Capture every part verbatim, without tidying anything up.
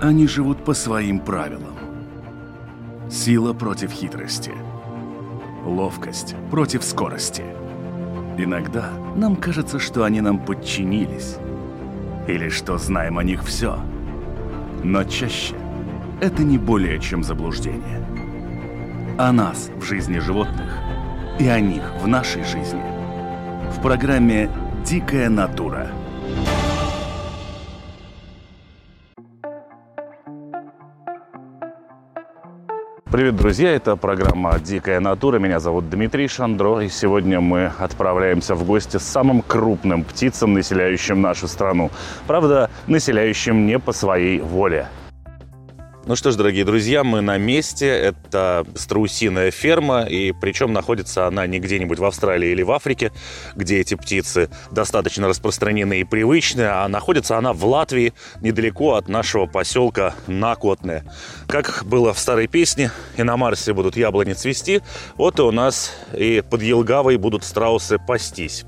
Они живут по своим правилам. Сила против хитрости. Ловкость против скорости. Иногда нам кажется, что они нам подчинились. Или что знаем о них все. Но чаще это не более чем заблуждение. О нас в жизни животных и о них в нашей жизни. В программе «Дикая натура». Привет, друзья! Это программа «Дикая натура». Меня зовут Дмитрий Шандро. И сегодня мы отправляемся в гости с самым крупным птицам, населяющим нашу страну. Правда, населяющим не по своей воле. Ну что ж, дорогие друзья, мы на месте. Это страусиная ферма, и причем находится она не где-нибудь в Австралии или в Африке, где эти птицы достаточно распространены и привычны, а находится она в Латвии, недалеко от нашего поселка Накотне. Как было в старой песне «И на Марсе будут яблони цвести», вот и у нас и под Елгавой будут страусы пастись.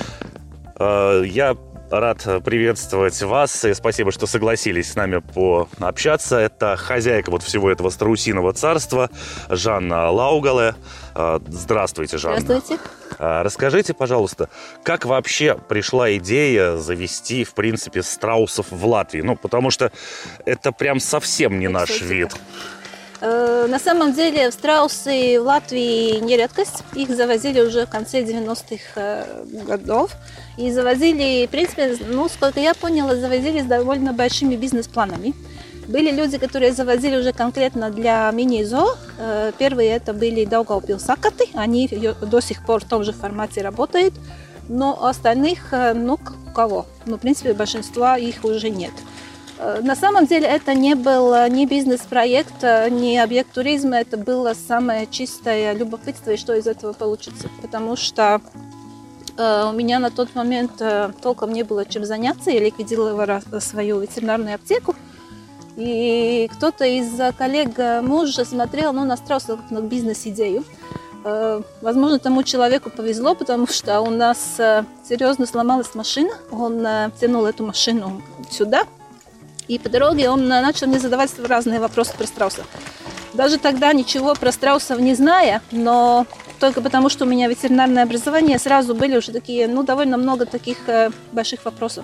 Я рад приветствовать вас, и спасибо, что согласились с нами пообщаться. Это хозяйка вот всего этого страусиного царства Жанна Лаугале. Здравствуйте, Жанна. Здравствуйте. Расскажите, пожалуйста, как вообще пришла идея завести, в принципе, страусов в Латвии? Ну, потому что это прям совсем не наш вид. На самом деле страусы в Латвии не редкость. Их завозили уже в конце девяностых годов. И завозили, в принципе, ну, сколько я поняла, завозили с довольно большими бизнес-планами. Были люди, которые завозили уже конкретно для мини-зоо. Первые это были Даугавпилс-Акаты. Они до сих пор в том же формате работают. Но остальных, ну, у кого? Ну, в принципе, большинства их уже нет. На самом деле это не был ни бизнес-проект, ни объект туризма, это было самое чистое любопытство, и что из этого получится. Потому что э, у меня на тот момент э, толком не было чем заняться, я ликвидировала свою ветеринарную аптеку. И кто-то из коллег мужа смотрел ну, на страусов как на бизнес-идею. Э, возможно, тому человеку повезло, потому что у нас э, серьезно сломалась машина, он э, тянул эту машину сюда. И по дороге он начал мне задавать разные вопросы про страусов. Даже тогда ничего про страусов не зная, но только потому, что у меня ветеринарное образование, сразу были уже такие, ну, довольно много таких э, больших вопросов.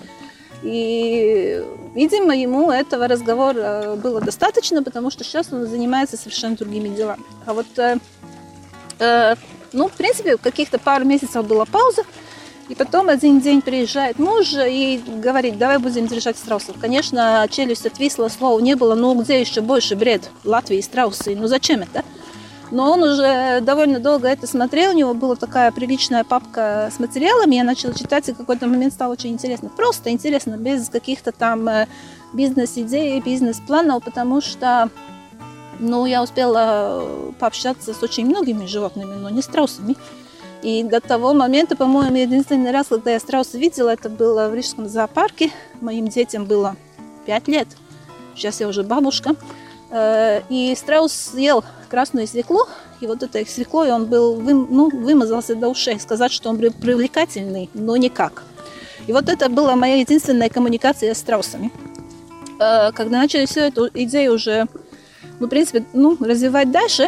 И, видимо, ему этого разговора было достаточно, потому что сейчас он занимается совершенно другими делами. А вот, э, э, ну, в принципе, каких-то пару месяцев была пауза. И потом один день приезжает муж и говорит, давай будем держать страусов. Конечно, челюсть отвисла, слова не было, ну где еще больше бред? Латвии страусы, ну зачем это? Но он уже довольно долго это смотрел, у него была такая приличная папка с материалами, я начала читать, и в какой-то момент стало очень интересно. Просто интересно, без каких-то там бизнес-идей, бизнес-планов, потому что ну, я успела пообщаться с очень многими животными, но не страусами. И до того момента, по-моему, единственный раз, когда я страуса видела, это было в Рижском зоопарке. Моим детям было пять лет. Сейчас я уже бабушка. И страус съел красную свеклу. И вот этой свеклой он был, ну, вымазался до ушей. Сказать, что он привлекательный, но никак. И вот это была моя единственная коммуникация с страусами. Когда начали всю эту идею уже, ну, в принципе, ну, развивать дальше,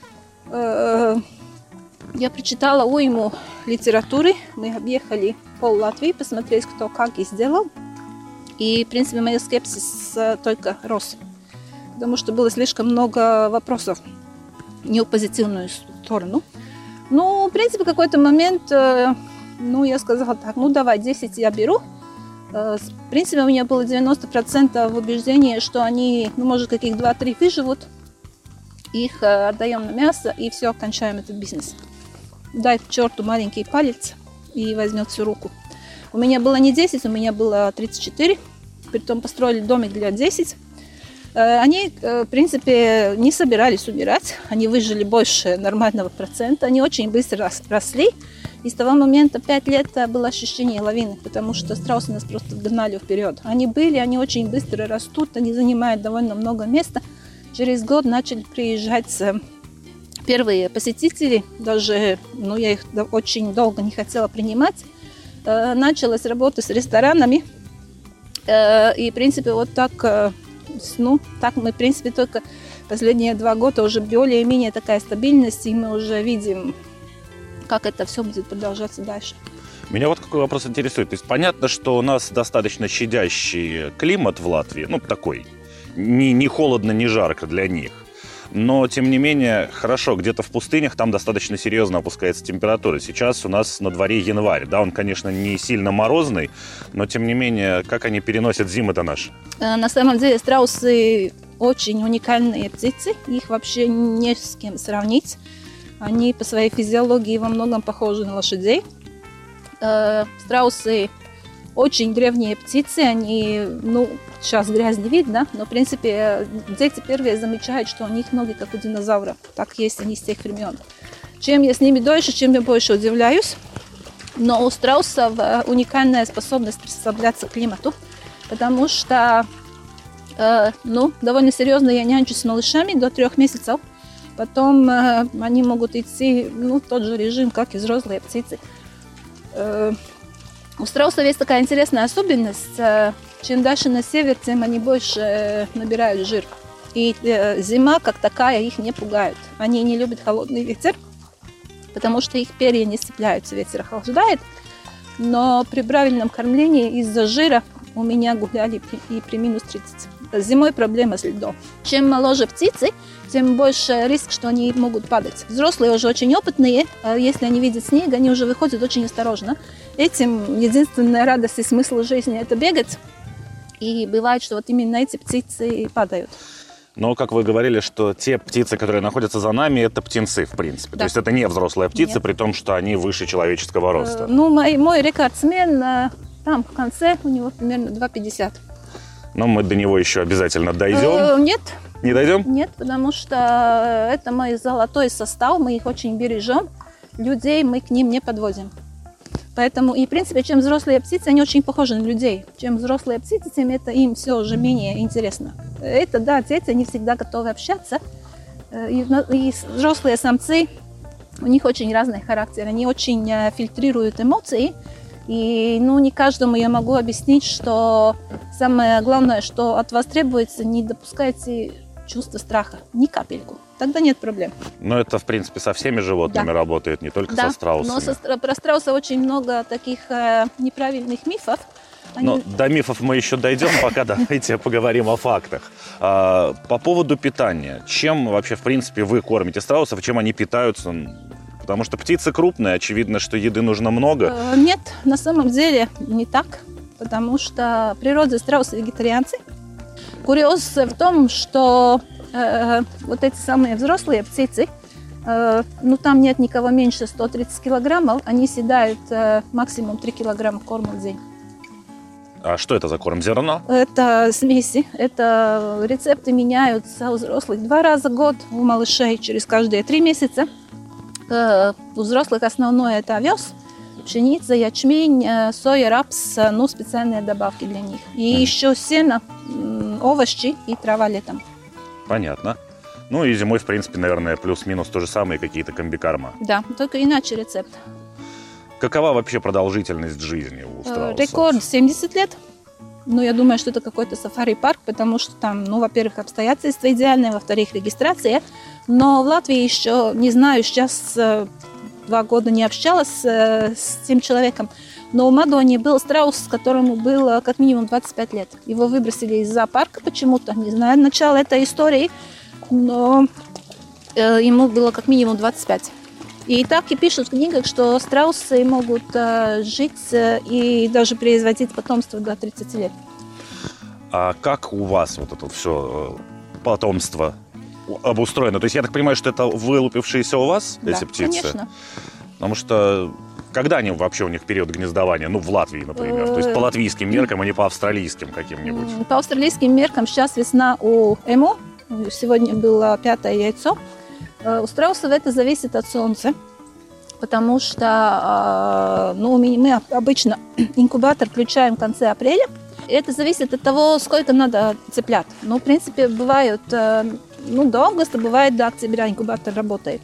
я прочитала уйму литературы. Мы объехали пол Латвии, посмотреть, кто как и сделал. И, в принципе, мой скепсис только рос. Потому что было слишком много вопросов не в позитивную сторону. Ну, в принципе, в какой-то момент, ну, я сказала так, ну, давай, десять я беру. В принципе, у меня было девяносто процентов убеждения, что они, ну, может, каких два-три выживут. Их отдаем на мясо, и все, кончаем этот бизнес. Дай к черту маленький палец и возьмет всю руку. У меня было не десять, у меня было тридцать четыре. Притом построили домик для десяти. Они, в принципе, не собирались умирать. Они выжили больше нормального процента. Они очень быстро росли. И с того момента пять лет было ощущение лавины, потому что страусы нас просто гнали вперед. Они были, они очень быстро растут, они занимают довольно много места. Через год начали приезжать первые посетители, даже ну, я их очень долго не хотела принимать. Началась работа с ресторанами. И, в принципе, вот так ну, так мы, в принципе, только последние два года уже более-менее такая стабильность, и мы уже видим, как это все будет продолжаться дальше. Меня вот какой вопрос интересует. То есть понятно, что у нас достаточно щадящий климат в Латвии, ну, такой, не, не холодно, не жарко для них. Но, тем не менее, хорошо, где-то в пустынях там достаточно серьезно опускается температура. Сейчас у нас на дворе январь, да, он, конечно, не сильно морозный, но, тем не менее, как они переносят зимы-то наши? На самом деле страусы очень уникальные птицы, их вообще не с кем сравнить. Они по своей физиологии во многом похожи на лошадей. Страусы очень древние птицы, они, ну, сейчас грязь не видно, но, в принципе, дети первые замечают, что у них ноги как у динозавров. Так есть они с тех времен. Чем я с ними дольше, чем я больше удивляюсь. Но у страусов уникальная способность приспосабляться к климату, потому что, э, ну, довольно серьезно я нянчусь с малышами до трех месяцев. Потом э, они могут идти, ну, в тот же режим, как и взрослые птицы. Э, У страусов есть такая интересная особенность. Чем дальше на север, тем они больше набирают жир. И зима как такая их не пугает. Они не любят холодный ветер, потому что их перья не сцепляются, ветер охлаждает. Но при правильном кормлении из-за жира у меня гуляли и при минус тридцать. Зимой проблема с льдом. Чем моложе птицы, тем больше риск, что они могут падать. Взрослые уже очень опытные, если они видят снег, они уже выходят очень осторожно. Этим единственная радость и смысл жизни – это бегать. И бывает, что вот именно эти птицы падают. Но, как вы говорили, что те птицы, которые находятся за нами, это птенцы, в принципе. Да. То есть это не взрослые птицы, Нет. при том, что они выше человеческого роста. Э, ну, мой, мой рекордсмен там в конце, у него примерно два пятьдесят. Но мы до него еще обязательно дойдем. Э, нет. Не дойдем? Нет, потому что это мой золотой состав, мы их очень бережем. Людей мы к ним не подводим. Поэтому, и в принципе, чем взрослые птицы, они очень похожи на людей. Чем взрослые птицы, тем это им все уже менее интересно. Это, да, дети, они всегда готовы общаться. И, и взрослые самцы, у них очень разный характер. Они очень фильтрируют эмоции. И, ну, не каждому я могу объяснить, что самое главное, что от вас требуется, не допускайте чувство страха, ни капельку. Тогда нет проблем. Но это, в принципе, со всеми животными да. работает, не только да, со страусами. Но со, про страусов очень много таких э, неправильных мифов. Они... Но до мифов мы еще дойдем, пока давайте поговорим о фактах. А, по поводу питания. Чем вообще, в принципе, вы кормите страусов, чем они питаются? Потому что птицы крупные, очевидно, что еды нужно много. Э, нет, на самом деле не так, потому что природа страусы вегетарианцы. Курьез в том, что э, вот эти самые взрослые птицы, э, ну там нет никого меньше сто тридцать килограммов, они съедают э, максимум три килограмма корма в день. А что это за корм? Зерно? Это смеси, это рецепты меняются у взрослых два раза в год, у малышей через каждые три месяца. Э, у взрослых основное это овес, пшеница, ячмень, соя, рапс, ну, специальные добавки для них. И mm. еще сено, овощи и трава летом. Понятно. Ну и зимой, в принципе, наверное, плюс-минус то же самое, какие-то комбикорма. Да, только иначе рецепт. Какова вообще продолжительность жизни у страусов? Рекорд семьдесят лет. Ну, я думаю, что это какой-то сафари-парк, потому что там, ну, во-первых, обстоятельства идеальные, во-вторых, регистрация. Но в Латвии еще, не знаю, сейчас... Два года не общалась э, с тем человеком, но у Мадони был страус, которому было как минимум двадцать пять лет. Его выбросили из зоопарка почему-то, не знаю начала этой истории, но э, ему было как минимум двадцать пять. И так и пишут в книгах, что страусы могут э, жить э, и даже производить потомство до тридцати лет. А как у вас вот это все э, потомство обустроено? То есть я так понимаю, что это вылупившиеся у вас, да, эти птицы? Конечно. Потому что когда они вообще у них период гнездования? Ну, в Латвии, например. То есть по латвийским меркам, а не по австралийским каким-нибудь. По австралийским меркам сейчас весна у эму. Сегодня было пятое яйцо. У страусов это зависит от солнца. Потому что ну, мы обычно инкубатор включаем в конце апреля. Это зависит от того, сколько надо цыплят. Ну, в принципе, бывают... Ну, до августа, бывает, до октября инкубатор работает.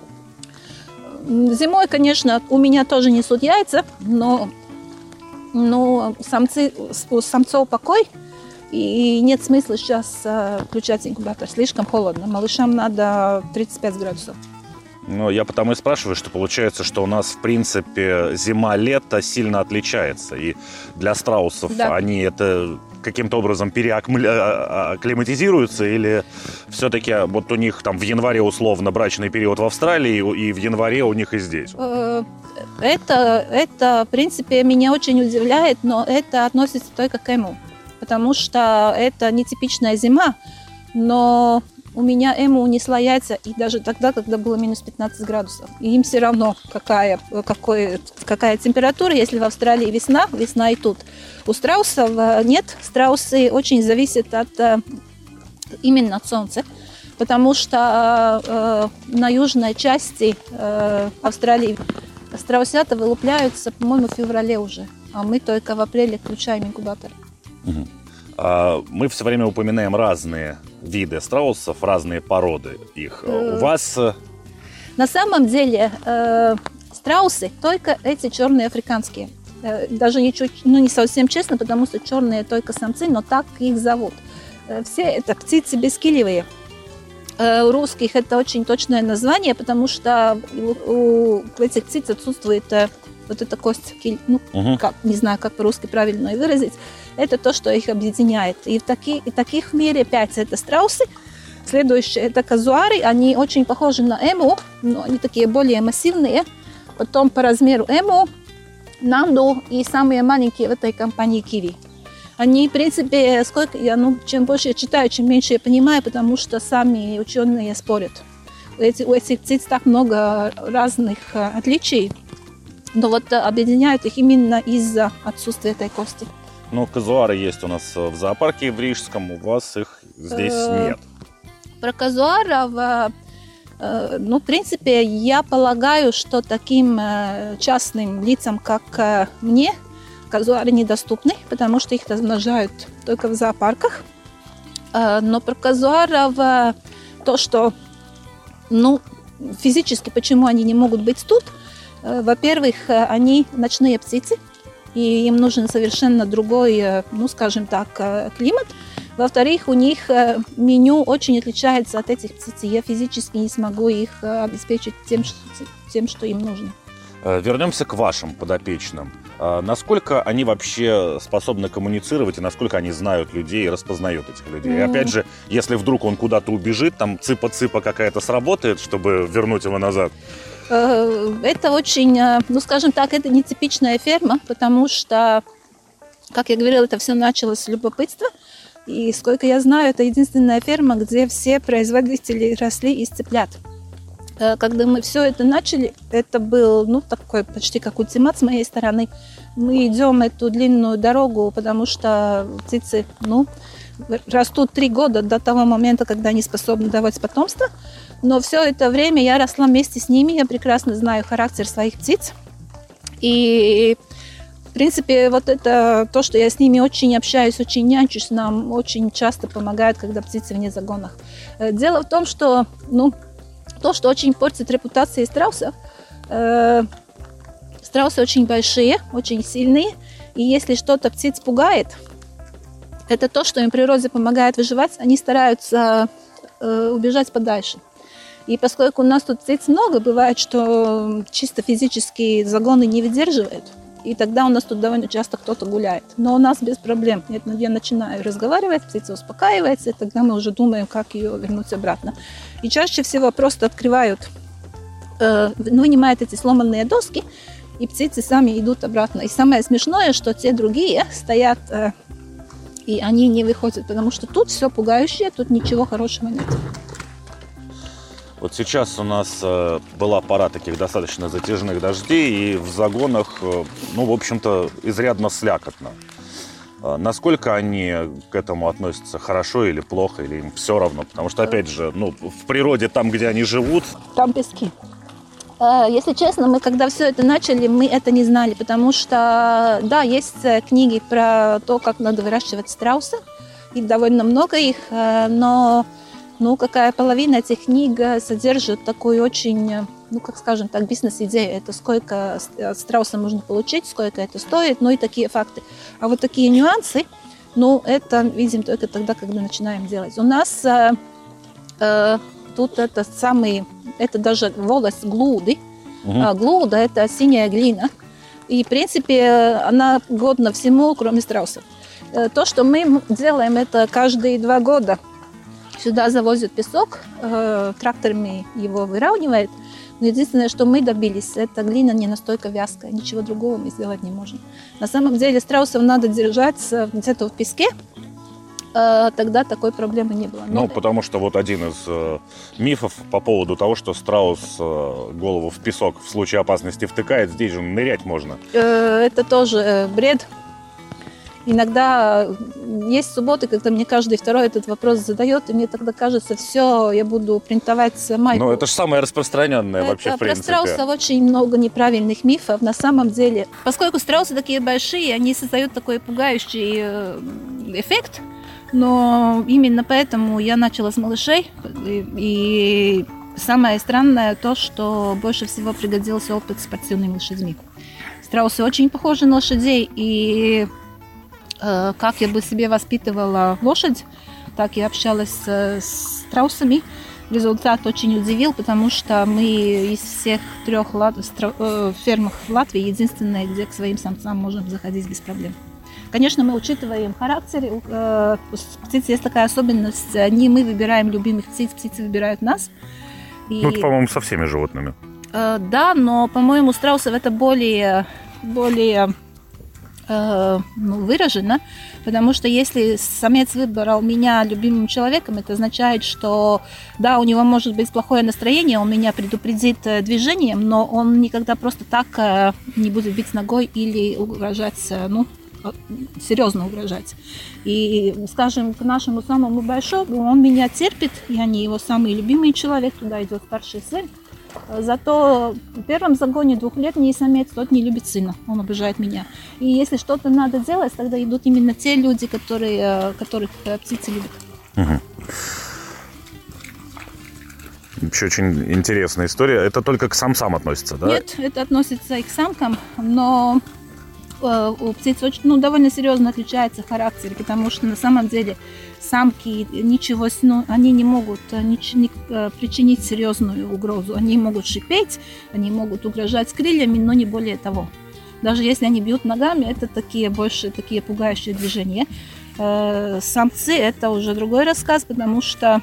Зимой, конечно, у меня тоже несут яйца, но, но самцы, у самцов покой, И нет смысла сейчас включать инкубатор, слишком холодно. Малышам надо тридцать пять градусов. Ну, я потому и спрашиваю, что получается, что у нас, в принципе, зима-лето сильно отличается. И для страусов да. они это каким-то образом переакклиматизируются, или все-таки вот у них там в январе условно брачный период в Австралии, и в январе у них и здесь? Это, это, в принципе, меня очень удивляет, но это относится только к эму, потому что это нетипичная зима, но у меня эму унесла яйца, и даже тогда, когда было минус пятнадцать градусов. И им все равно, какая, какой, какая температура, если в Австралии весна, весна и тут. У страусов нет, страусы очень зависят от, именно от солнца, потому что э, на южной части э, Австралии страусята вылупляются, по-моему, в феврале уже, а мы только в апреле включаем инкубатор. Угу. Мы все время упоминаем разные виды страусов, разные породы их. У вас... На самом деле э, страусы только эти черные африканские. Э, даже не, чуть, ну, не совсем честно, потому что черные только самцы, но так их зовут. Э, все это птицы бескилевые. Э, у русских это очень точное название, потому что у, у этих птиц отсутствует э, вот эта кость, ну, угу. как, не знаю, как по-русски правильно выразить. Это то, что их объединяет. И, в таки, и таких в мире пять. Это страусы. Следующие это казуары. Они очень похожи на эму, но они такие более массивные. Потом по размеру эму, нанду и самые маленькие в этой компании киви. Они, в принципе, сколько я, ну, чем больше я читаю, чем меньше я понимаю, потому что сами ученые спорят. У этих, у этих птиц так много разных а, отличий, но вот а, объединяют их именно из-за отсутствия этой кости. Ну, казуары есть у нас в зоопарке в Рижском, у вас их здесь нет. Про казуаров, ну, в принципе, я полагаю, что таким частным лицам, как мне, казуары недоступны, потому что их размножают только в зоопарках. Но про казуаров то, что, ну, физически, почему они не могут быть тут, во-первых, они ночные птицы, и им нужен совершенно другой, ну, скажем так, климат. Во-вторых, у них меню очень отличается от этих птиц, и я физически не смогу их обеспечить тем, что, тем, что им нужно. Вернемся к вашим подопечным. Насколько они вообще способны коммуницировать, и насколько они знают людей и распознают этих людей? Mm. И опять же, если вдруг он куда-то убежит, там цыпа-цыпа какая-то сработает, чтобы вернуть его назад? Это очень, ну, скажем так, это нетипичная ферма, потому что, как я говорила, это все началось с любопытства. И, сколько я знаю, это единственная ферма, где все производители росли из цыплят. Когда мы все это начали, это был, ну, такой почти как ультимат с моей стороны. Мы идем эту длинную дорогу, потому что птицы, ну, растут три года до того момента, когда они способны давать потомство. Но все это время я росла вместе с ними, я прекрасно знаю характер своих птиц. И, в принципе, вот это то, что я с ними очень общаюсь, очень нянчусь, нам очень часто помогает, когда птицы вне загонах. Дело в том, что, ну, то, что очень портит репутацию страусов, э, страусы очень большие, очень сильные, и если что-то птиц пугает, это то, что им в природе помогает выживать, они стараются э, убежать подальше. И поскольку у нас тут птиц много, бывает, что чисто физически загоны не выдерживают, и тогда у нас тут довольно часто кто-то гуляет. Но у нас без проблем. Я начинаю разговаривать, птица успокаивается, и тогда мы уже думаем, как ее вернуть обратно. И чаще всего просто открывают, э, вынимают эти сломанные доски, и птицы сами идут обратно. И самое смешное, что те другие стоят, э, и они не выходят, потому что тут все пугающее, тут ничего хорошего нет. Вот сейчас у нас э, была пора таких достаточно затяжных дождей, и в загонах, э, ну, в общем-то, изрядно слякотно. Э, насколько они к этому относятся, хорошо или плохо, или им все равно? Потому что, опять же, ну, в природе, там, где они живут... Там пески. Э, если честно, мы, когда все это начали, мы это не знали, потому что, да, есть книги про то, как надо выращивать страуса, и довольно много их, э, но... Ну, какая половина этих книг содержит такую очень, ну, как скажем так, бизнес-идею. Это сколько страуса можно получить, сколько это стоит, ну и такие факты. А вот такие нюансы, Но это видим только тогда, когда начинаем делать. У нас э, э, тут это самый, это даже волость глуды. Угу. А, глуда – это синяя глина. И, в принципе, она годна всему, кроме страусов. Э, то, что мы делаем, это каждые два года. Сюда завозят песок, э, тракторами его выравнивают. Но единственное, что мы добились, это глина не настолько вязкая, ничего другого мы сделать не можем. На самом деле страусов надо держать где-то в песке, э, тогда такой проблемы не было. Но... Ну, потому что вот один из э, мифов по поводу того, что страус э, голову в песок в случае опасности втыкает, здесь же нырять можно. Э, это тоже э, бред. Иногда есть субботы, когда мне каждый второй этот вопрос задает, и мне тогда кажется, все, я буду принтовать майку. Ну, это же самое распространенное это вообще, в принципе. Про страусов очень много неправильных мифов. На самом деле, поскольку страусы такие большие, они создают такой пугающий эффект, но именно поэтому я начала с малышей, и, и самое странное то, что больше всего пригодился опыт с спортивными лошадьми. Страусы очень похожи на лошадей, и как я бы себе воспитывала лошадь, так и общалась с страусами. Результат очень удивил, потому что мы из всех трех лат... ферм в Латвии единственные, где к своим самцам можем заходить без проблем. Конечно, мы учитываем характер. У птиц есть такая особенность. Не мы выбираем любимых птиц, птицы выбирают нас. И... Ну, это, по-моему, со всеми животными. Да, но, по-моему, у страусов это более... более ну, выражено, потому что если самец выбрал меня любимым человеком, это означает, что да, у него может быть плохое настроение, он меня предупредит движением, но он никогда просто так не будет бить ногой или угрожать, ну, серьезно угрожать. И, скажем, к нашему самому большому, он меня терпит, я не его самый любимый человек, туда идет старший сын. Зато в первом загоне двухлетний самец, тот не любит сына, он обижает меня. И если что-то надо делать, тогда идут именно те люди, которые, которых птицы любят. Угу. Вообще очень интересная история. Это только к самцам относится, да? Нет, это относится и к самкам, но у птиц очень, ну, довольно серьезно отличается характер, потому что на самом деле самки ничего, ну, они не могут нич, не, причинить серьезную угрозу. Они могут шипеть, они могут угрожать крыльями, но не более того. Даже если они бьют ногами, это такие больше такие пугающие движения. Э, самцы это уже другой рассказ, потому что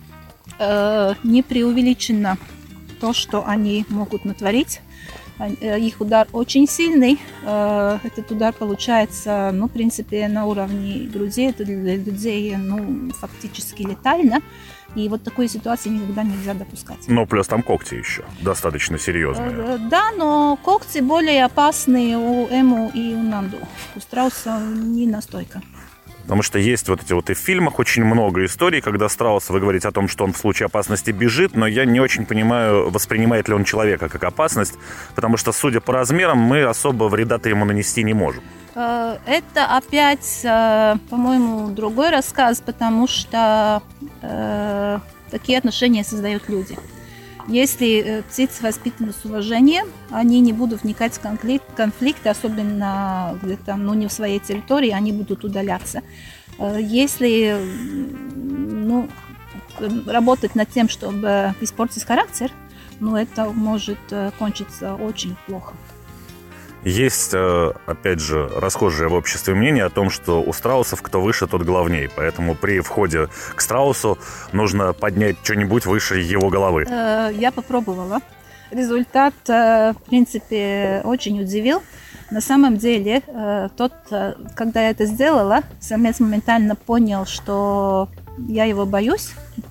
э, не преувеличено то, что они могут натворить. Их удар очень сильный. Этот удар получается, ну, в принципе, на уровне груди. Это для людей, ну, фактически летально. И вот такой ситуации никогда нельзя допускать. Но плюс там когти еще достаточно серьезные. Да, но когти более опасные у эму и у нанду. У страуса не настолько. Потому что есть вот эти вот и в фильмах очень много историй, когда страус, вы говорите о том, что он в случае опасности бежит, но я не очень понимаю, воспринимает ли он человека как опасность, потому что, судя по размерам, мы особо вреда-то ему нанести не можем. Это опять, по-моему, другой рассказ, потому что э, такие отношения создают люди. Если птицы воспитаны с уважением, они не будут вникать в конфликт, конфликты, особенно где-то, ну, не в своей территории, они будут удаляться. Если, ну, работать над тем, чтобы испортить характер, ну, это может кончиться очень плохо. Есть, опять же, расхожее в обществе мнение о том, что у страусов кто выше, тот главней. Поэтому при входе к страусу нужно поднять что-нибудь выше его головы. Я попробовала. Результат, в принципе, очень удивил. На самом деле, тот, когда я это сделала, самец моментально понял, что я его боюсь,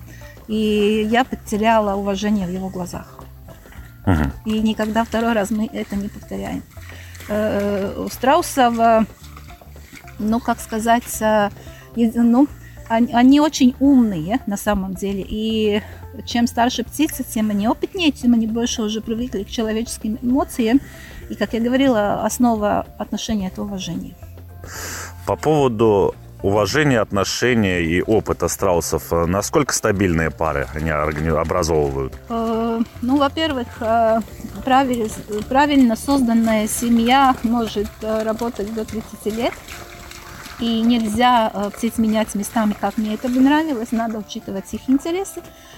и я потеряла уважение в его глазах. Угу. И никогда второй раз мы это не повторяем. У страусов, ну, как сказать, ну, они, они очень умные на самом деле. И чем старше птица, тем они опытнее, тем они больше уже привыкли к человеческим эмоциям. И, как я говорила, основа отношений – это уважение. По поводу уважения, отношения и опыта страусов, насколько стабильные пары они образовывают? Ну, во-первых, правильно созданная семья может работать до тридцати лет. И нельзя э, птиц менять местами, как мне это бы нравилось, надо учитывать их интересы.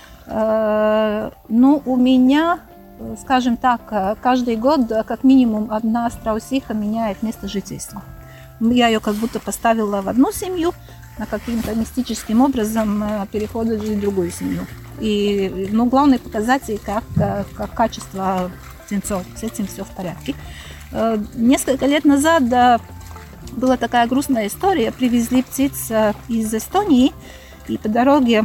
Э, ну, у меня, скажем так, каждый год как минимум одна страусиха меняет место жительства. Я ее как будто поставила в одну семью, а каким-то мистическим образом переходит жить в другую семью. И ну, главный показатель, как, как качество птенцов, с этим все в порядке. Э, несколько лет назад да, была такая грустная история. Привезли птиц из Эстонии, и по дороге,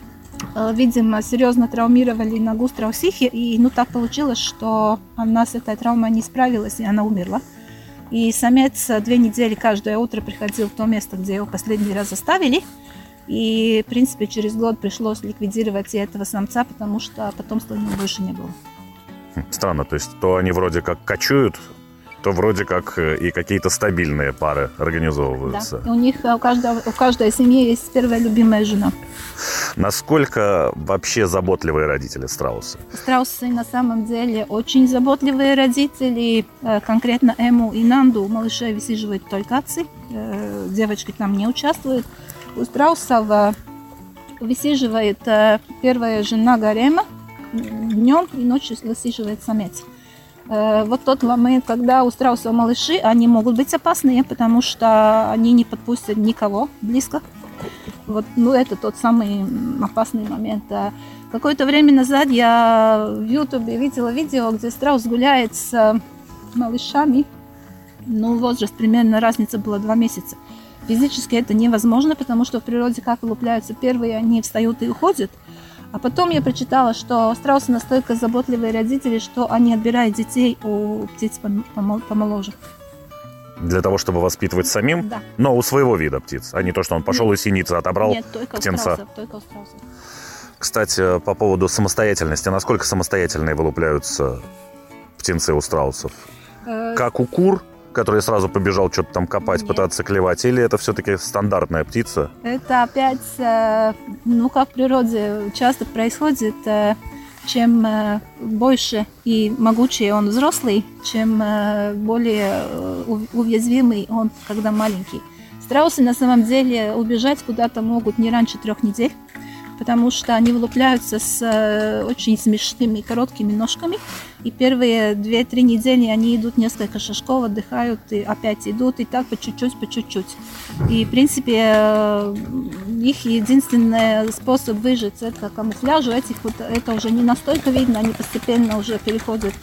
видимо, серьезно травмировали ногу страусихи. И ну, так получилось, что она с этой травмой не справилась, и она умерла. И самец две недели каждое утро приходил в то место, где его последний раз оставили. И, в принципе, через год пришлось ликвидировать и этого самца, потому что потомства у него больше не было. Странно, то есть то они вроде как кочуют, то вроде как и какие-то стабильные пары организовываются. Да, у них у, каждого, у каждой семьи есть первая любимая жена. Насколько вообще заботливые родители страусы? Страусы на самом деле очень заботливые родители. Конкретно Эму и Нанду малышей высиживают только отцы. Девочки там не участвуют. У страусов высиживает первая жена гарема днем и ночью высиживает самец. Вот тот момент, когда у страусов малыши, они могут быть опасные, потому что они не подпустят никого близко. Вот, ну, это тот самый опасный момент. Какое-то время назад я в Ютубе видела видео, где страус гуляет с малышами. Ну, возраст примерно, разница была два месяца. Физически это невозможно, потому что в природе как вылупляются первые, они встают и уходят. А потом я прочитала, что страусы настолько заботливые родители, что они отбирают детей у птиц помоложе. Для того, чтобы воспитывать самим? Да. Но у своего вида птиц, а не то, что он пошел и синицы отобрал. Нет, только птенца. у страусов, только у страусов. Кстати, по поводу самостоятельности. Насколько самостоятельные вылупляются птенцы у страусов? Э... Как у кур, который сразу побежал что-то там копать, Нет. пытаться клевать, или это все-таки стандартная птица? Это опять, ну, как в природе часто происходит, чем больше и могучий он взрослый, чем более уязвимый он, когда маленький. Страусы на самом деле убежать куда-то могут не раньше трех недель, потому что они вылупляются с очень смешными короткими ножками. И первые две-три недели они идут несколько шажков, отдыхают и опять идут, и так по чуть-чуть, по чуть-чуть. И, в принципе, их единственный способ выжить – это камуфляж. У этих вот это уже не настолько видно, они постепенно уже переходят…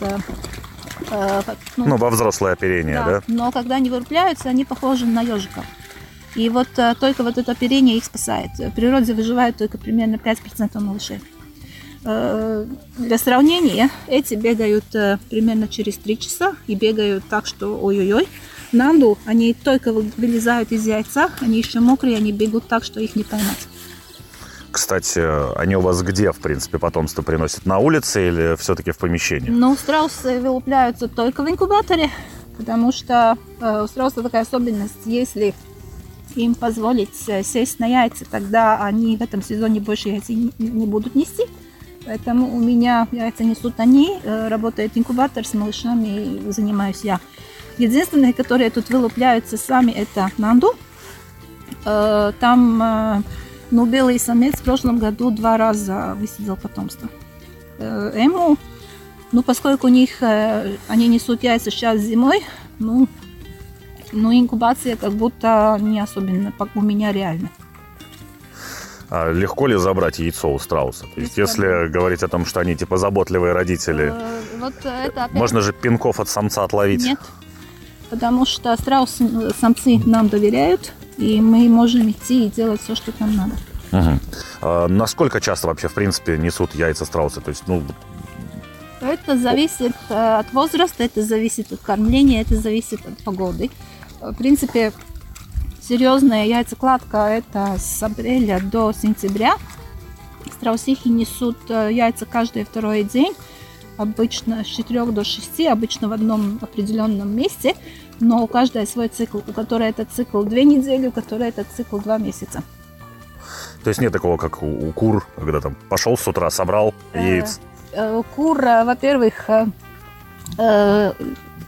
Ну, ну во взрослое оперение, да, да? Но когда они вылупляются, они похожи на ежиков. И вот а, только вот это оперение их спасает. В природе выживает только примерно пять процентов малышей. Э, для сравнения, эти бегают э, примерно через три часа и бегают так, что ой-ой-ой. Нанду, они только вылезают из яйца, они еще мокрые, они бегут так, что их не поймать. Кстати, они у вас где, в принципе, потомство приносят? На улице или все-таки в помещении? Ну, страусы вылупляются только в инкубаторе, потому что э, у страуса такая особенность, если им позволить сесть на яйца, тогда они в этом сезоне больше яйца не будут нести. Поэтому у меня яйца несут они, работает инкубатор с малышами, занимаюсь я. Единственные, которые тут вылупляются сами, это Нанду. Там, ну, белый самец в прошлом году два раза высидел потомство. Эму, ну, поскольку у них, они несут яйца сейчас зимой, ну, Но инкубация как будто не особенно у меня реально. А легко ли забрать яйцо у страуса? То есть, если говорить о том, что они типа заботливые родители, э, вот это опять... можно же пинков от самца отловить? Нет, потому что страусы, самцы нам доверяют, и мы можем идти и делать все, что нам надо. Угу. А насколько часто вообще, в принципе, несут яйца страусы? То есть, ну... Это зависит от возраста, это зависит от кормления, это зависит от погоды. В принципе, серьезная яйцекладка – это с апреля до сентября. Страусихи несут яйца каждый второй день, обычно с четырёх до шести, обычно в одном определенном месте, но у каждой свой цикл, у которой этот цикл две недели, у которой этот цикл два месяца. То есть нет такого, как у, у кур, когда там пошел с утра, собрал яиц? Кур, во-первых,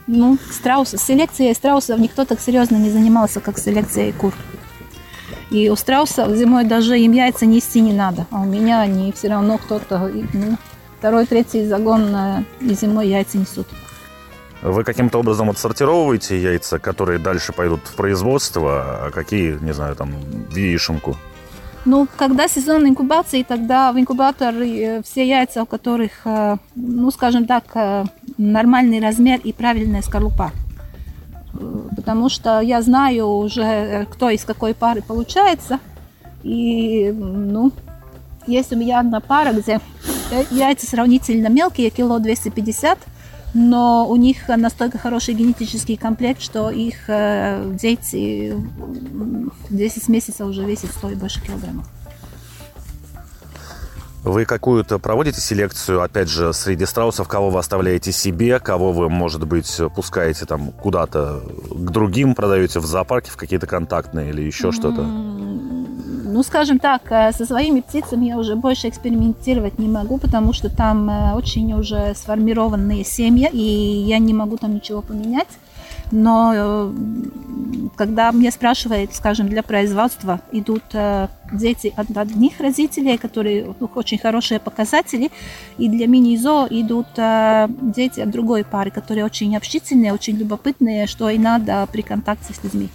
Ну, страусы, селекцией страусов никто так серьезно не занимался, как селекцией кур. И у страусов зимой даже им яйца нести не надо, а у меня они все равно кто-то, ну, второй, третий загон и зимой яйца несут. Вы каким-то образом отсортировываете яйца, которые дальше пойдут в производство, а какие, не знаю, там, в яишенку? Ну, когда сезон инкубации, тогда в инкубатор все яйца, у которых, ну, скажем так, нормальный размер и правильная скорлупа. Потому что я знаю уже, кто из какой пары получается. И, ну, есть у меня одна пара, где яйца сравнительно мелкие, кило двести пятьдесят, но у них настолько хороший генетический комплект, что их дети десять месяцев уже весят сто и больше килограммов. Вы какую-то проводите селекцию, опять же, среди страусов, кого вы оставляете себе, кого вы, может быть, пускаете там куда-то к другим, продаете в зоопарке, в какие-то контактные или еще mm-hmm. что-то? Ну, скажем так, со своими птицами я уже больше экспериментировать не могу, потому что там очень уже сформированные семьи, и я не могу там ничего поменять. Но когда меня спрашивают, скажем, для производства идут дети от одних родителей, которые, у них очень хорошие показатели, и для мини-зоо идут дети от другой пары, которые очень общительные, очень любопытные, что и надо при контакте с людьми.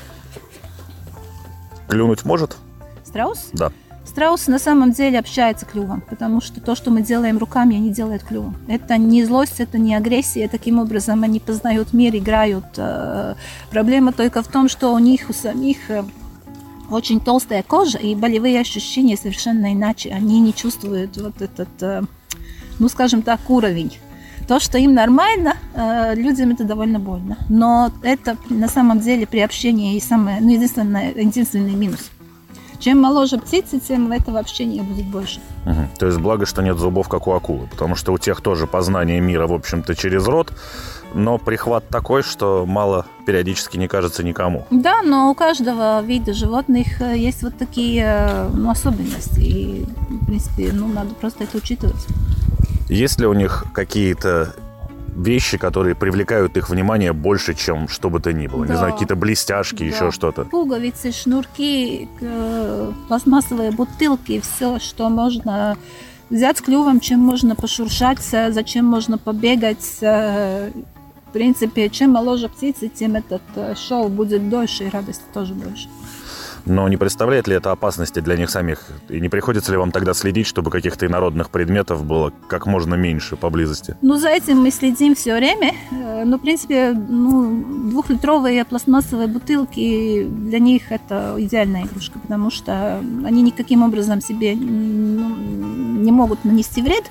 Клюнуть может? Страус? Да. Страус на самом деле общается клювом, потому что то, что мы делаем руками, они делают клювом. Это не злость, это не агрессия. Таким образом они познают мир, играют. Проблема только в том, что у них у самих очень толстая кожа и болевые ощущения совершенно иначе. Они не чувствуют вот этот, ну скажем так, уровень. То, что им нормально, людям это довольно больно. Но это на самом деле при общении и самое, ну, единственный, единственный минус. Чем моложе птицы, тем этого общения будет больше. Угу. То есть благо, что нет зубов, как у акулы, потому что у тех тоже познание мира, в общем-то, через рот, но прихват такой, что мало периодически не кажется никому. Да, но у каждого вида животных есть вот такие, ну, особенности, и, в принципе, ну, надо просто это учитывать. Есть ли у них какие-то вещи, которые привлекают их внимание больше, чем что бы то ни было? Да. Не знаю, какие-то блестяшки, да. Еще что-то. Пуговицы, шнурки, пластмассовые бутылки, все, что можно взять с клювом, чем можно пошуршаться, зачем можно побегать. В принципе, чем моложе птицы, тем этот шоу будет дольше и радости тоже больше. Но не представляет ли это опасности для них самих? И не приходится ли вам тогда следить, чтобы каких-то инородных предметов было как можно меньше поблизости? Ну, за этим мы следим все время. Но, в принципе, ну, двухлитровые пластмассовые бутылки, для них это идеальная игрушка, потому что они никаким образом себе, ну, не могут нанести вред.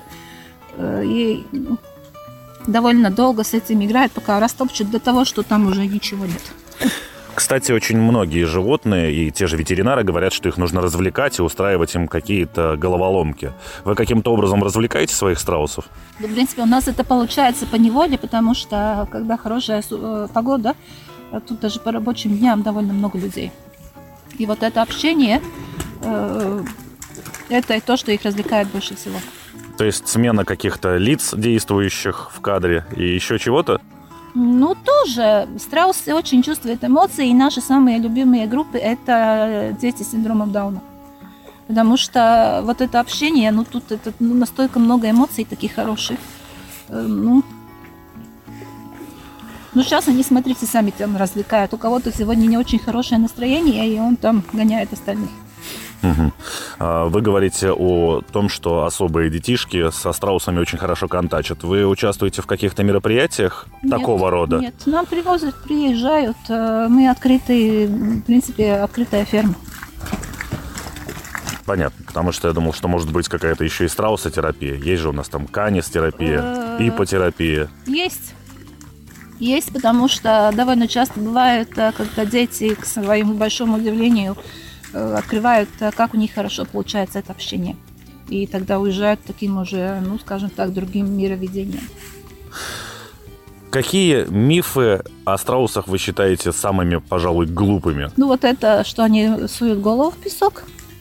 И довольно долго с этим играют, пока растопчут до того, что там уже ничего нет. Кстати, очень многие животные и те же ветеринары говорят, что их нужно развлекать и устраивать им какие-то головоломки. Вы каким-то образом развлекаете своих страусов? Ну, в принципе, у нас это получается поневоле, потому что когда хорошая погода, тут даже по рабочим дням довольно много людей. И вот это общение, это то, что их развлекает больше всего. То есть смена каких-то лиц, действующих в кадре, и еще чего-то? Ну, тоже. Страусы очень чувствуют эмоции, и наши самые любимые группы – это дети с синдромом Дауна. Потому что вот это общение, ну, тут это, ну, настолько много эмоций таких хороших. Ну, ну, сейчас они, смотрите, сами там развлекают. У кого-то сегодня не очень хорошее настроение, и он там гоняет остальных. Угу. Вы говорите о том, что особые детишки со страусами очень хорошо контачат. Вы участвуете в каких-то мероприятиях нет, такого рода? Нет, нам привозят, приезжают. Мы открытые, в принципе, открытая ферма. Понятно, потому что я думал, что может быть какая-то еще и страусотерапия. Есть же у нас там канистерапия, ипотерапия. Есть. Есть, потому что довольно часто бывает, когда дети, к своему большому удивлению, открывают, как у них хорошо получается это общение. И тогда уезжают таким уже, ну, скажем так, другим мировидением. Какие мифы о страусах вы считаете самыми, пожалуй, глупыми? Ну, вот это, что они суют голову в песок.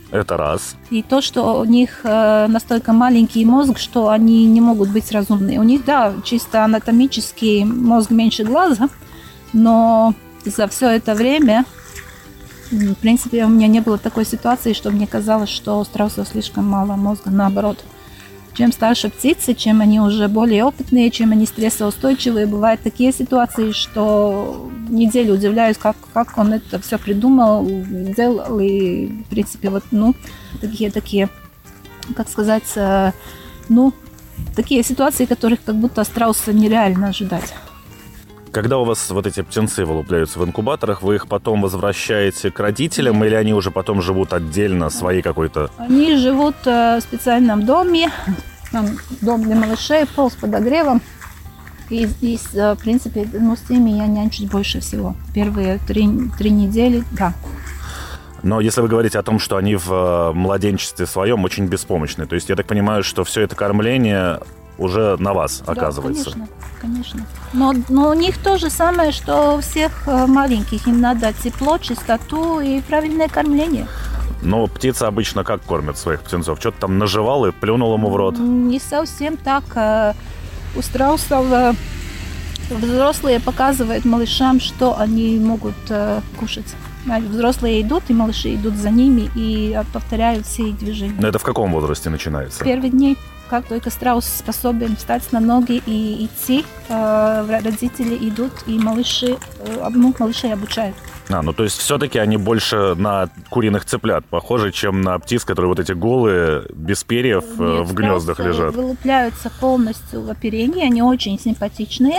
Это раз. И то, что у них э, настолько маленький мозг, что они не могут быть разумны. У них, да, чисто анатомический мозг меньше глаза, но за все это время, в принципе, у меня не было такой ситуации, что мне казалось, что у страусов слишком мало мозга. Наоборот. Чем старше птицы, чем они уже более опытные, чем они стрессоустойчивые, бывают такие ситуации, что неделю удивляюсь, как, как он это все придумал, сделал. И, в принципе, вот, ну, такие, такие, как сказать, ну, такие ситуации, которых как будто страуса нереально ожидать. Когда у вас вот эти птенцы вылупляются в инкубаторах, вы их потом возвращаете к родителям или они уже потом живут отдельно, своей какой-то? Они живут в специальном доме, там дом для малышей, пол с подогревом. И, и в принципе, ну, с ними я нянчусь больше всего. Первые три, три недели, да. Но если вы говорите о том, что они в младенчестве своем очень беспомощны, то есть я так понимаю, что все это кормление уже на вас оказывается. Да, конечно, конечно. Но, но у них то же самое, что у всех маленьких. Им надо тепло, чистоту и правильное кормление. Но птицы обычно как кормят своих птенцов? Что-то там нажевал и плюнул ему в рот? Не совсем так. У страусов взрослые показывают малышам, что они могут кушать. Взрослые идут, и малыши идут за ними и повторяют все их движения. Но это в каком возрасте начинается? Первые дни. Как только страус способен встать на ноги и идти, родители идут, и малыши, ну, малышей обучают. А, ну то есть все-таки они больше на куриных цыплят похожи, чем на птиц, которые вот эти голые, без перьев, Нет, в гнездах лежат. Вылупляются полностью в оперении, они очень симпатичные.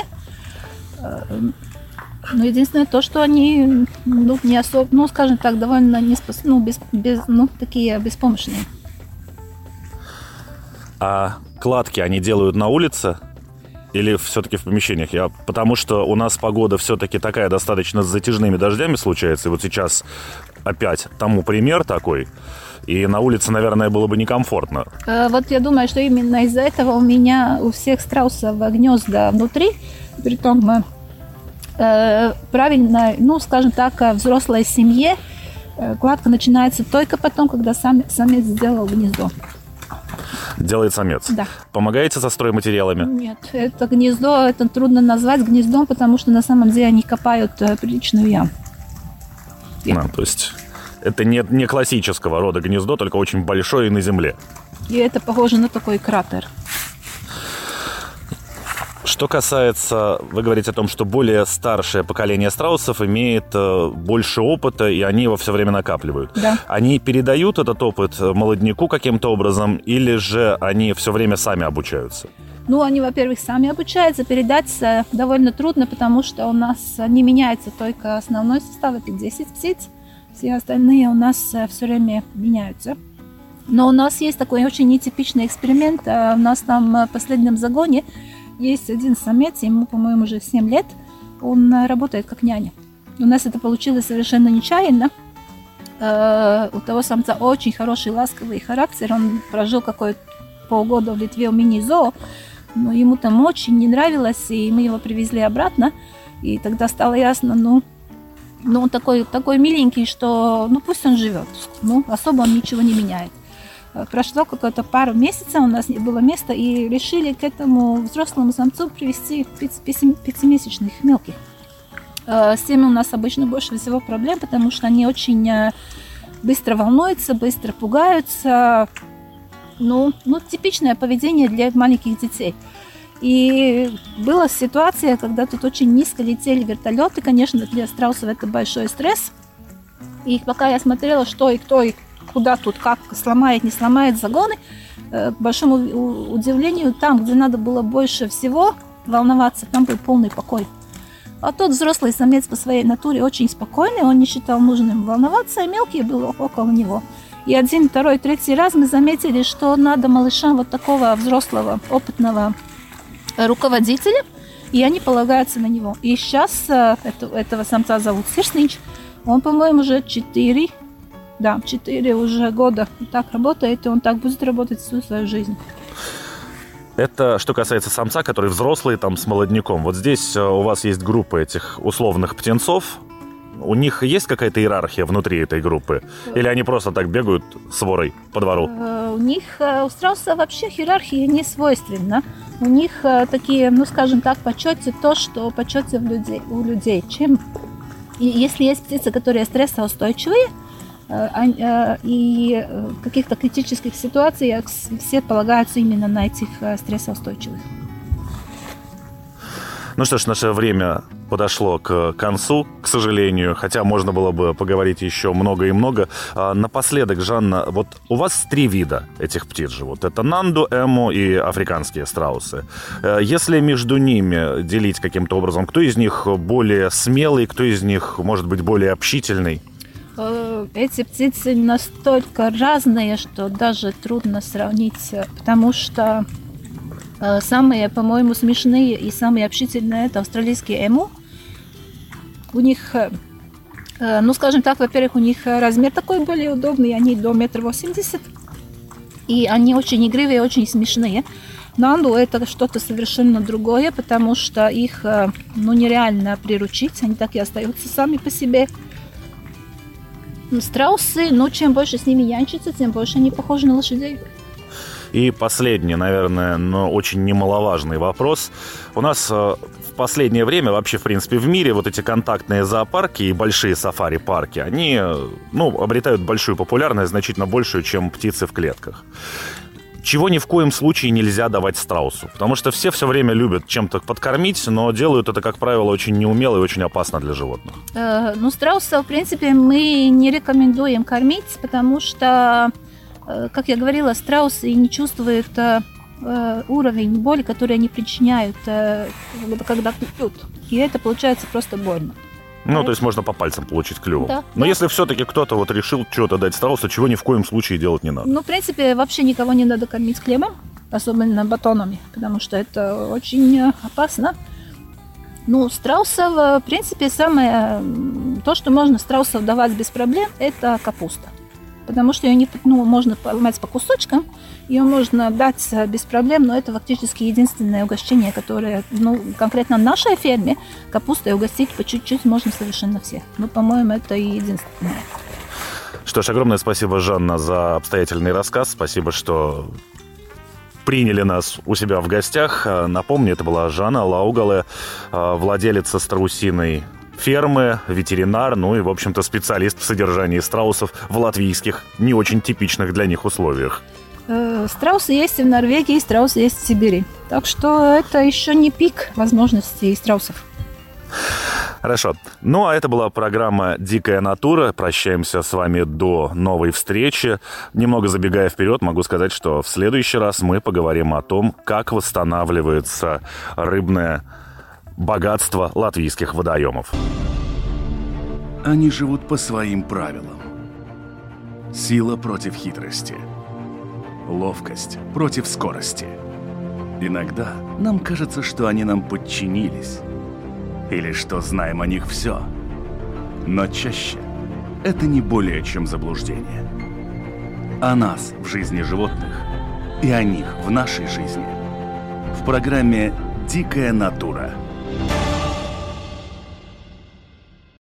Но единственное то, что они, ну, не особо, ну, скажем так, довольно не спос... ну, без, без, ну, такие беспомощные. А кладки они делают на улице или все-таки в помещениях? Я, потому что у нас погода все-таки такая достаточно с затяжными дождями случается. И вот сейчас опять тому пример такой. И на улице, наверное, было бы некомфортно. Вот я думаю, что именно из-за этого у меня у всех страусов гнезда внутри. Притом э, правильно, ну, скажем так, в взрослой семье кладка начинается только потом, когда сам, самец сделал гнездо. Делает самец? Да. Помогаете со стройматериалами? Нет, это гнездо, это трудно назвать гнездом, потому что на самом деле они копают приличную яму. А, то есть это не, не классического рода гнездо, только очень большое и на земле. И это похоже на такой кратер. Что касается, вы говорите о том, что более старшее поколение страусов имеет э, больше опыта, и они его все время накапливают. Да. Они передают этот опыт молодняку каким-то образом, или же они все время сами обучаются? Ну, они, во-первых, сами обучаются. Передать довольно трудно, потому что у нас не меняется только основной состав, это десять птиц. Все остальные у нас все время меняются. Но у нас есть такой очень нетипичный эксперимент. У нас там в последнем загоне есть один самец, ему, по-моему, уже семь лет. Он работает как няня. У нас это получилось совершенно нечаянно. У того самца очень хороший, ласковый характер. Он прожил какое-то полгода в Литве в мини-зоо, но ему там очень не нравилось, и мы его привезли обратно. И тогда стало ясно, ну, ну он такой, такой миленький, что ну пусть он живет. Ну, особо он ничего не меняет. Прошло какое-то пару месяцев, у нас не было места, и решили к этому взрослому самцу привезти пятимесячных мелких. С теми у нас обычно больше всего проблем, потому что они очень быстро волнуются, быстро пугаются. Ну, ну, типичное поведение для маленьких детей. И была ситуация, когда тут очень низко летели вертолеты. Конечно, для страусов это большой стресс. И пока я смотрела, что и кто, и куда тут, как сломает, не сломает загоны, к большому удивлению, там, где надо было больше всего волноваться, там был полный покой. А тот взрослый самец по своей натуре очень спокойный, он не считал нужным волноваться, и мелкие были около него. И один, второй, третий раз мы заметили, что надо малышам вот такого взрослого, опытного руководителя, и они полагаются на него. И сейчас это, этого самца зовут Сирснич, он, по-моему, уже четыре, да, четыре уже года так работает, и он так будет работать всю свою жизнь. Это что касается самца, который взрослый, там, с молодняком. Вот здесь у вас есть группа этих условных птенцов. У них есть какая-то иерархия внутри этой группы? Или они просто так бегают сворой по двору? У них, у страусов вообще иерархия не свойственна. У них такие, ну скажем так, почете то, что почете в людей, у людей. Чем? И если есть птицы, которые стрессоустойчивые, и в каких-то критических ситуациях все полагаются именно на этих стрессоустойчивых. Ну что ж, наше время подошло к концу, к сожалению, хотя можно было бы поговорить еще много и много. Напоследок, Жанна, вот у вас три вида этих птиц живут. Это нанду, эму и африканские страусы. Если между ними делить каким-то образом, кто из них более смелый, кто из них, может быть, более общительный? Эти птицы настолько разные, что даже трудно сравнить, потому что самые, по-моему, смешные и самые общительные – это австралийские эму. У них, ну, скажем так, во-первых, у них размер такой более удобный, они до метра восемьдесят, и они очень игривые, очень смешные. Нанду – это что-то совершенно другое, потому что их, ну, нереально приручить, они так и остаются сами по себе. Страусы, ну, чем больше с ними янчиться, тем больше они похожи на лошадей. И последний, наверное, но очень немаловажный вопрос. У нас в последнее время, вообще, в принципе, в мире вот эти контактные зоопарки и большие сафари-парки, они, ну, обретают большую популярность, значительно большую, чем птицы в клетках. Чего ни в коем случае нельзя давать страусу. Потому что все все время любят чем-то подкормить, но делают это, как правило, очень неумело и очень опасно для животных. Э, ну, страуса, в принципе, мы не рекомендуем кормить, потому что, как я говорила, страусы не чувствуют э, уровень боли, который они причиняют, э, когда пьют. И это получается просто больно. Ну, то есть можно по пальцам получить клювом. Да, Но да. если все-таки кто-то вот решил что-то дать страусу, чего ни в коем случае делать не надо. Ну, в принципе, вообще никого не надо кормить хлебом, особенно батонами, потому что это очень опасно. Ну, страусов, в принципе, самое то, что можно страусов давать без проблем, это капуста. Потому что ее не, ну, можно поймать по кусочкам, ее можно дать без проблем, но это фактически единственное угощение, которое, ну, конкретно на нашей ферме, капустой угостить по чуть-чуть можно совершенно всех. Ну, по-моему, это и единственное. Что ж, огромное спасибо, Жанна, за обстоятельный рассказ. Спасибо, что приняли нас у себя в гостях. Напомню, это была Жанна Лаугале, владелица страусиной фермы, ветеринар, ну и, в общем-то, специалист в содержании страусов в латвийских, не очень типичных для них условиях. Страусы есть и в Норвегии, и страусы есть в Сибири. Так что это еще не пик возможностей страусов. Хорошо. Ну, а это была программа «Дикая натура». Прощаемся с вами до новой встречи. Немного забегая вперед, могу сказать, что в следующий раз мы поговорим о том, как восстанавливается рыбное богатство латвийских водоемов. Они живут по своим правилам. Сила против хитрости. Ловкость против скорости. Иногда нам кажется, что они нам подчинились. Или что знаем о них все. Но чаще это не более чем заблуждение. О нас в жизни животных и о них в нашей жизни. В программе «Дикая натура».